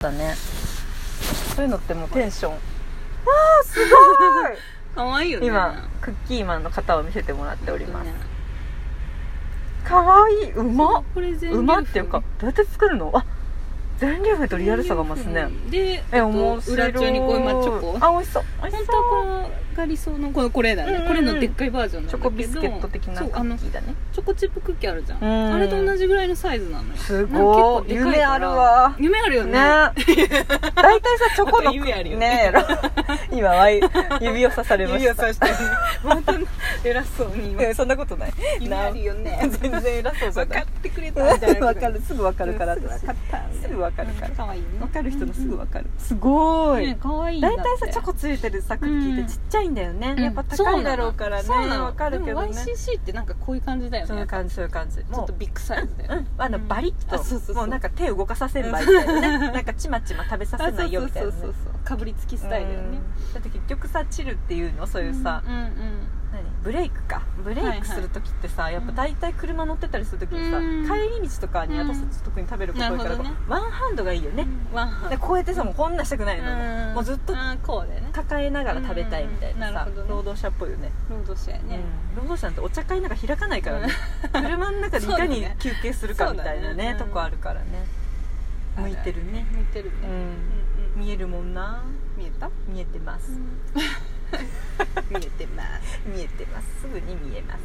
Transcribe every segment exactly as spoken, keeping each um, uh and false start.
だね。そういうのってもうテンション、わーすごいかわいいよね。 今クッキーマンの型を見せてもらっております。かわいい。うまっ。 これ全うまっていうか、どうやって作るの？あ、全粒粉とリアルさが増すね。 で、 え、面白い。 裏中にこういう抹チョコ。 あ、美味しそう。 本当はこうが理想のこのこれだね、うんうん、これのでっかいバージョンなんだけど、 チョコビスケット的なクッキーだね。 チョコチップクッキーあるじゃん、うん、あれと同じぐらいのサイズなのよ。 すごい。夢あるわ。 夢あるよね。 大体さチョコの夢あるよね。今は指をさされました。指をさしてまた偉そうに今。 そんなことない。 夢あるよね。 全然偉そうじゃない。 分かってくれたみたいな。 分かる、すぐ分かるから。すぐ分かった。すぐ分かるから。 可愛いね。 分かる人のすぐ分かる。すごい。 可愛い。大体さチョコついてるさクッキーってちっちゃいんだよね。やっぱ高いだろうからね。分かるけどね。 でも ワイシーシー ってなんかこういう感じだよね。 そういう感じ、そういう感じ。 ちょっとビッグサイズだよね。 あのバリッともうなんか手動かさせる場合みたいなね。なんかちまちま食べさせないよみたいなね。 かぶりつきスタイルだよね。 だって結局さチルっていうのそういうさ、何ブレイクかブレイクする時ってさ、やっぱ大体車乗ってたりする時にさ、帰り道とかに私たち特に食べること多いからワンハンドがいいよね。でこうやってさもうこんなしたくないの。もうずっと抱えながら食べたいみたいなさ、労働者っぽいよね。 労働者やね。 労働者なんてお茶会なんか開かないからね。車の中でいかに休憩するかみたいなねとこあるからね。向いてるね。 向いてるね。 見えるもんな。 見えた？ 見えてます。 見えてます。 見えてます。すぐに見えます。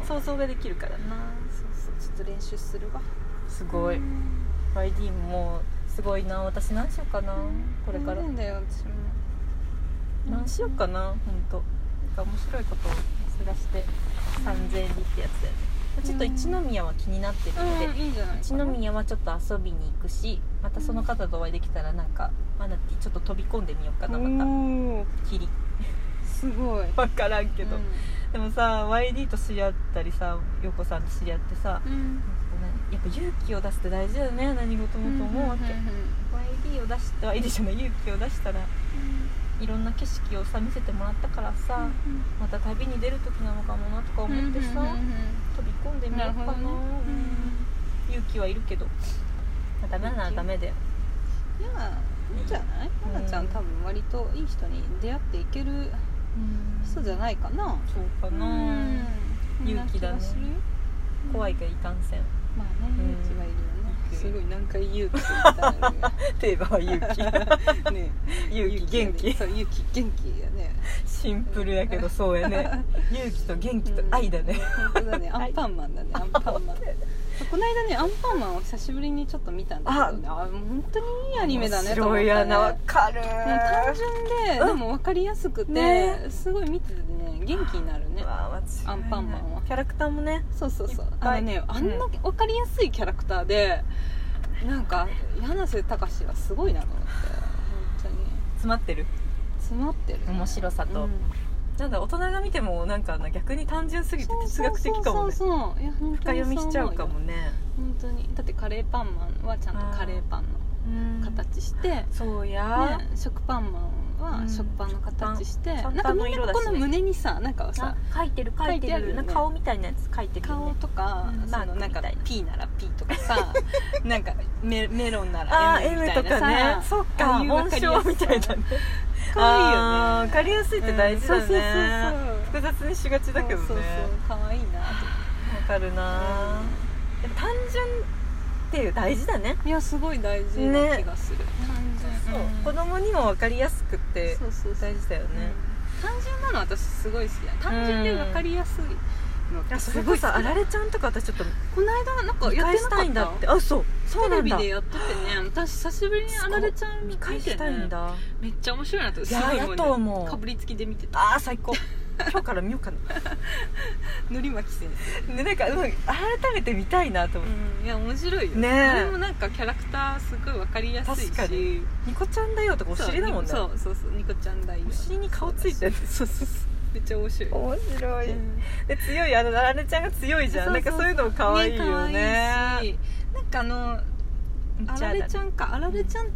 想像ができるからな。 そうそう、ちょっと練習するわ。 すごい。ワイディー もすごいな。私何しようかな。これから。 なんだよ私も。 何しようかな。本当。なんか面白いことを探してさんぜんえんりってやつだよね。ちょっと一宮は気になってるので、うん、いいんじゃないかな。一宮はちょっと遊びに行くし、またその方とお会いできたらなんかマナティちょっと飛び込んでみようかな。またキリすごい分からんけど、うん、でもさ ワイディー と知り合ったりさヨコさんと知り合ってさ、うん、やっぱ勇気を出すって大事だよね。何事もと思うわけ、うんうんうんうん、ワイディー を出したワイディー じゃない勇気を出したら、うん、いろんな景色をさ見せてもらったからさ、うんうん、また旅に出る時なのかもなとか思ってさ、うんうんうんうん、飛び込んでみようかな、ね、うん、勇気はいるけど、まあ、ダメならダメで、 いやいいんじゃない？マナちゃん多分割といい人に出会っていける人じゃないかな。 そうかな、うん、勇気だね。怖いがいかんせん。 まあね、勇気はいるよね。すごい何回勇気って言ったのにテーマは勇気ね、勇気元気、 そう勇気元気やね。 シンプルやけどそうやね。勇気と元気と愛だね、 うん、本当だね。アンパンマンだね。アンパンマンこの間ねアンパンマンを久しぶりにちょっと見たんだけどね、ああ本当にいいアニメだねと思ったね。 面白いやな。わかる。 単純ででも分かりやすくて、ね、すごい見ててね元気になるね。アンパンマンはキャラクターもね、 そうそうそう、あのね、あんな分かりやすいキャラクターで、なんか柳瀬隆はすごいなと思って、本当に詰まってる詰まってる、ね、 面白さと、うん、なんだ大人が見てもなんか逆に単純すぎて哲学的かもね。 そうそうそうそう、いや本当に深読みしちゃうかもね。 本当に。だってカレーパンマンはちゃんとカレーパンの形して、 そうや、 ね、食パンマンは食パンの形して、なんかみんなここの胸にさ、なんかさ書いてる書いてる、なんか顔みたいなやつ書いてる、ね、 顔とか、うん、そのなんか P なら P とかさなんか メ, メロンなら M みたいなさ、 あ M とかね、そっか、紋章みたいなね。 かわいいよね。 分かりやすいって大事だね、うん、そうそうそうそう、複雑にしがちだけどね。 そうそうそう、かわいいなと。 分かるな、うん、でも単純っていう大事だね。 いやすごい大事な気がする、ね、単純、 そう、うん、子供にも分かりやすくって大事だよね。 うん、単純なの私すごい好きだ。単純で分かりやすいのってすごい好きだ。 あられちゃんとか私ちょっとこの間なんかやってなかったんだって。 あ、そうそうなんだ。 テレビでやっててね、私久しぶりにあられちゃん見返したいんだ。めっちゃ面白いなと。 いややと思う。 かぶりつきで見てた。 あー最高。今日から見ようかな。 のりまき先生ね、なんか、うん、改めて見たいなと思って、 うん、いや面白いよね。あれもなんかキャラクターすごい分かりやすいし、確かにニコちゃんだよとかお尻だもんね。 そうそうそう、ニコちゃんだよ、 お尻に顔ついてる。 そうそうそう、めっちゃ面白い面白い、うん、で強い、あのあられちゃんが強いじゃん。そうそうそう、なんかそういうのも可愛いよね。 ね、なんかあのあられちゃんか、あられちゃん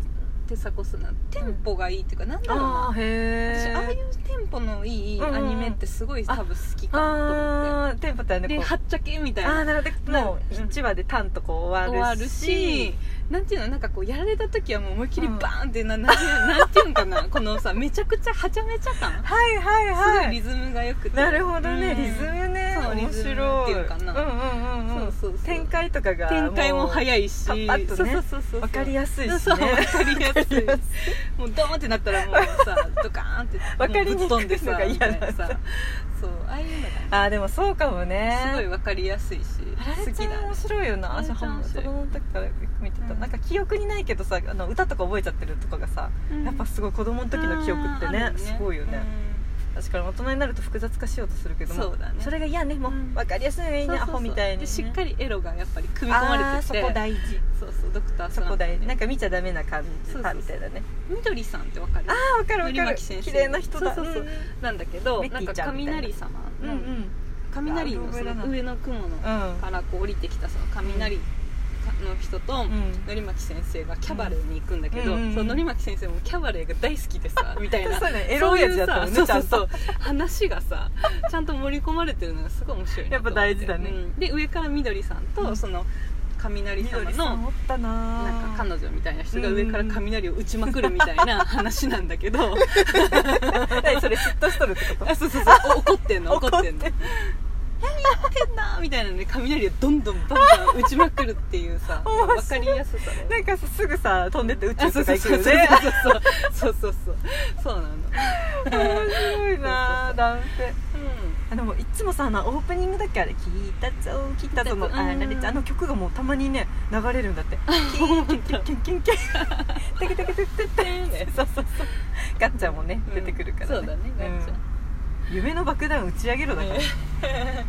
テサコスなテンポがいいっていうか、なんだろうな、 あーへー私ああいうテンポのいいアニメってすごい多分好きかなと思って、 あーテンポってあるねでこうはっちゃけみたいなあーなるほどもううんいちわでタンとこう終終わるわるしし、なんていうの、なんかこうやられた時はもう思いっきりバーンってな、なんていうなんていうんかなこのさめちゃくちゃはちゃめちゃ感、 はいはいすはいごいリズムが良くて、 なるほどね、 うんリズムねそう面リズム白いっていうかな、 うんうんうんうんそうそうそう展開とかが展開も早いし、 パッパッとねそうそうそうそう分かりやすいしねそう分かりやすいわかりやすもうドーンってなったらもうさドカーンって分かりにくいのがもうぶっ飛んでさ嫌なんだみたいなさ、そうああいうのがあーでもそうかもねすごい分かりやすいしあられちゃん面好きだね。 白いよなあられちゃん私面白い子供の時からよく見てた、 うんなんか記憶にないけどさあの歌とか覚えちゃってるとかがさ、 うんやっぱすごい子供の時の記憶ってねあーすごいよね、確かに大人になると複雑化しようとするけどもそうだねそれが嫌ねもう、 うん分かりやすいのがいいねアホみたいに、ね、 でしっかりエロがやっぱり組み込まれてて、 あーそこ大事そうそうドクタースそこランプね大事なんか見ちゃダメな感じそうそうそうみたいなねみどりさんってわかる？ ああ分かる分かるのりまき先生綺麗な人だそうそうそううんなんだけど、 ベッキーなんかちゃんみたいな雷様うんうん、 の、雷のその上の雲のうんからこう降りてきたその雷の人と、 うんのりまき先生がキャバレーに行くんだけど、 うんうんうんそののりまき先生もキャバレーが大好きでさみたいなそうねエロ親父だったもんねそういうさちゃんとそうそうそう話がさちゃんと盛り込まれてるのがすごい面白いなと思ってやっぱ大事だねうんで上からみどりさんと、 うんその雷様緑さんのおったななんか彼女みたいな人が上から雷を打ちまくるみたいな話なんだけど何それ嫉妬しとるってことあそうそうそうお怒ってんの怒ってんの怒ってん何やってんなみたいなので雷をどんどんバンバン打ちまくるっていうさ面白い分かりやすさでなんかさすぐさ飛んでって宇宙とか行くよそうそうねそうそうそうそうそうそうなの面白いな男性うあでもいつもさあのオープニングだっけあれ聞いたぞ聞いたぞのうんあれあの曲がもうたまにね流れるんだってキンキンキンキンキンキンテケテケテケテケそうそうそうガッチャもねん出てくるからねそうだねガッチャうん夢の爆弾打ち上げろだからねそうそう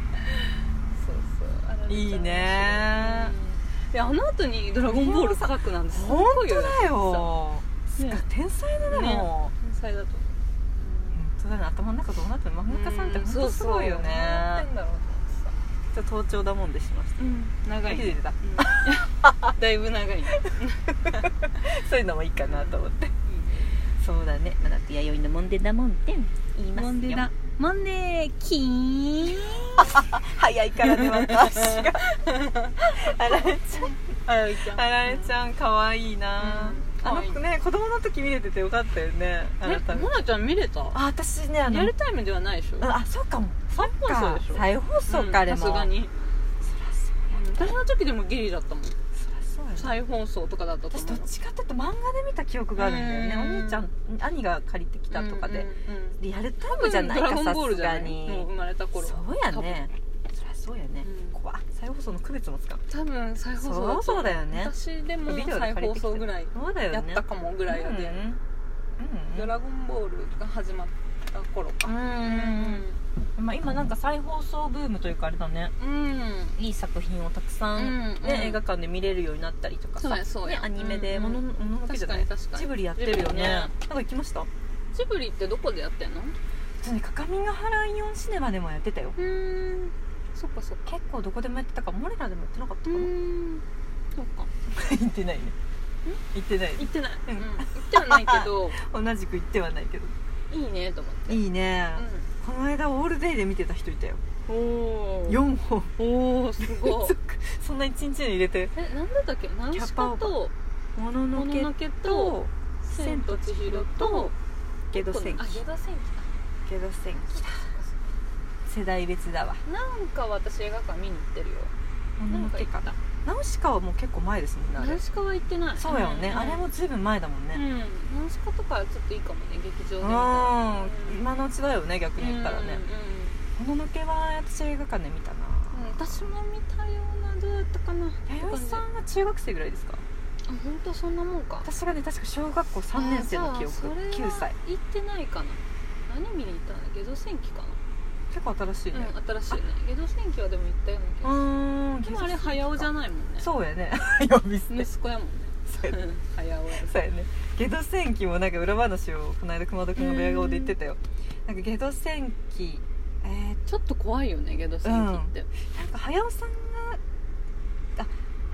あられちゃんいいねうんいやあの後にドラゴンボール科学なんです本当だよね天才だねねもう天才だと思う本当だね頭の中どうなってる漫画家さんって本当すごいよねそうそうどうなってんだろうと思ってさちょっと盗聴だもんでしました長い気づいてたうんだいぶ長いねそういうのもいいかなと思ってそうだねまだって弥生のモンデダモンテン言いますよモンデーだモンデーキーン早いからね私があられちゃんあられちゃんあられちゃんかわいいな、 うんあの可愛いね子供の時見れててよかったよねあなたえモナちゃん見れたあ私ねあのリアルタイムではないでしょあそうかも再放送でしょ再放送かあれもさすがにそらそう私の時でもギリだったもんそらそうやね再放送とかだったと思う私どっちかっていうと漫画で見た記憶があるんだよねうんお兄ちゃん兄が借りてきたとかで、 うんうんうんリアルタイムじゃないかドラゴンさすボールじゃないがにもう生まれた頃そうやねそりゃそうやね、 うん怖っ再放送の区別もつかん多分再放送そうそうだよね私でもビデオで再放借りてきて送ぐらいそうだよねやったかもぐらいやで、 うんうんうんドラゴンボールが始まった頃かうんうんまあ、今なんか再放送ブームというかあれだねうんいい作品をたくさん、ねうんうん映画館で見れるようになったりとかさそうやそうやね、アニメでうんうんもののもののけじゃない確かに確かにジブリやってるよねジブリねなんか行きましたジブリってどこでやってんの？ 普通に各務原イオンシネマでもやってたようーんそっかそっか結構どこでもやってたからモレラでもやってなかったかなうーんそっか行ってないね行ってない行ってない、 うんうん、行ってはないけど同じく行ってはないけどいいねと思っていいね、この間オールデイで見てた人いたようん、おーよんほんおーすごいそんないちにちに入れてえなんだったっけナウシカともののけもののけとと千と千尋とゲド戦記あゲド戦記ゲド戦記だ世代別だわだなんか私映画館見に行ってるよもののけかなんかナウシカはもう結構前ですもんねあれナウシカは行ってないそうやよね、 んあれもずいぶん前だもんねうんナウシカとかはちょっといいかもね劇場で見たらうん今のうちだよね逆に言ったらねうんもののけは私映画館で見たなうんうん私も見たようなどうやったかな弥生さんは中学生ぐらいですかあ本当そんなもんか私がね確か小学校さんねん生の記憶あじゃあそれはきゅうさい行ってないかな何見に行ったのゲド戦記かな結構新しいねうん新しいねゲド戦記はでも行ったような気うがするーんでもあれ早尾じゃないもんねそうやね呼び捨て息子やもんねそうやねうん早尾やそうやねゲド戦記もなんか裏話をこの間熊田君がベア顔で言ってたよなんかゲド戦記えー、 ちょっと怖いよねゲド戦記って、 なんか早尾さんがあ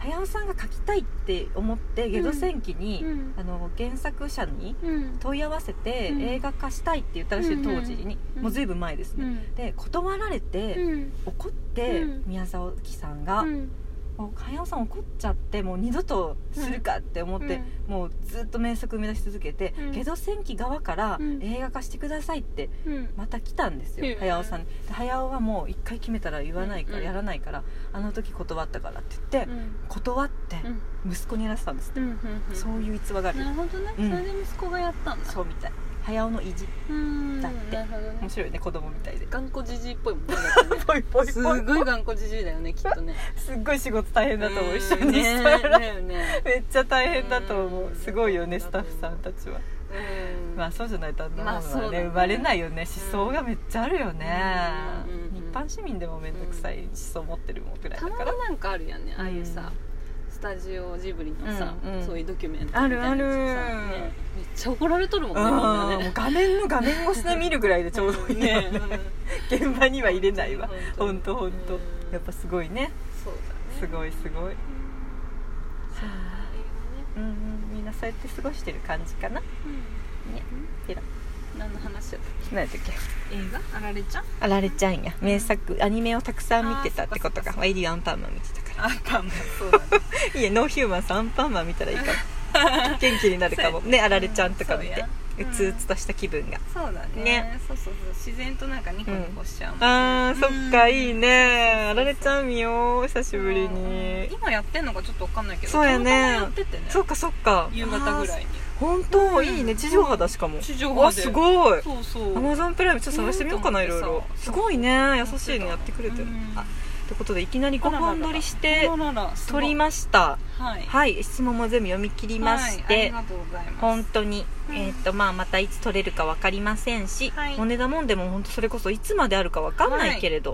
早尾さんが書きたいって思ってゲド戦記に、 うん、 あの原作者に問い合わせて、うん、映画化したいって言ったらしい、当時に、うん、もうずいぶん前ですね、うん、で断られて、うん、怒って、うん、宮沢木さんが、うん、もう早尾さん怒っちゃってもう二度とするかって思って、うん、もうずっと名作生み出し続けて、うん、ゲド戦記側から映画化してくださいってまた来たんですよ、うん、早尾さんに。で早尾はもう一回決めたら言わないから、うん、やらないから、あの時断ったからって言って、うん、断って息子にやらせたんですって、うんうんうん、そういう逸話がある。 なるほどね、うん、それで息子がやったんだ。 そうみたい。早尾の意地だって。なるほどね、面白いね、子供みたいで頑固じじいっぽいもんねぽいぽいぽい、 すごい頑固じじいだよねきっとねすっごい仕事大変だと思う、一緒にしたら、ねね、めっちゃ大変だと思う。すごいよね、スタッフさんたちは。うん、まあそうじゃないとあんなものは ね,、まあ、ね生まれないよね。思想がめっちゃあるよね、うんうんうん、一般市民でもめんどくさい思想持ってるもんくらいだから。 たまになんかあるよね、ああいうさ、うん、スタジオジブリのさ、うんうん、そういうドキュメントみたいなやつさ、 あるある、 ね、めっちゃ怒られとるもんね、みんなね。 もう画面の画面越しで見るぐらいでちょうどいいよね現場には入れないわ、ほんとほんと、やっぱすごいね。 そうだね、 すごいすごい、うん、そう、うんうん、みんなそうやって過ごしてる感じかな、うんね、ペラ何の話だったっけ。 何だっけ、 映画あられちゃんあられちゃんや、名作アニメをたくさん見てたってことか。ワイディアンパンマン見てたから。 アンパンマン、そうだねいやノーヒューマンさんアンパンマン見たらいいかも元気になるかもね、あられちゃんとか見て、うつうつとした気分が。 そうだ ね, ねそうそうそう、自然となんかニコニコしちゃうもん、 うん、あー、そっか、いいね。あられちゃん見よう、久しぶりに。 今やってんのかちょっと分かんないけど、 そうやね、 やっててね、 そっかそっか、 夕方ぐらいに。 本当、うん、いいね、地上波だ。しかも地上波で、 すごい。 そうそう、 アマゾンプライムちょっと探してみようかな、いろいろ。すごいね、優しいね、やってくれてる、うん、あということでいきなりごほん撮りして撮りました。はい、はい、質問も全部読み切りまして、はい、ありがとうございます。本当に、うん、えーとまあ、またいつ撮れるか分かりませんし、はい、骨だもんでも本当それこそいつまであるか分かんないけれど、はい、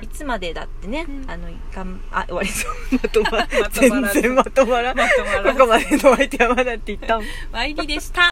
いつまでだってね、うん、あのがんあ終わりそうまとま全然まとまらここまでの相手はまだって言ったんワイリでした。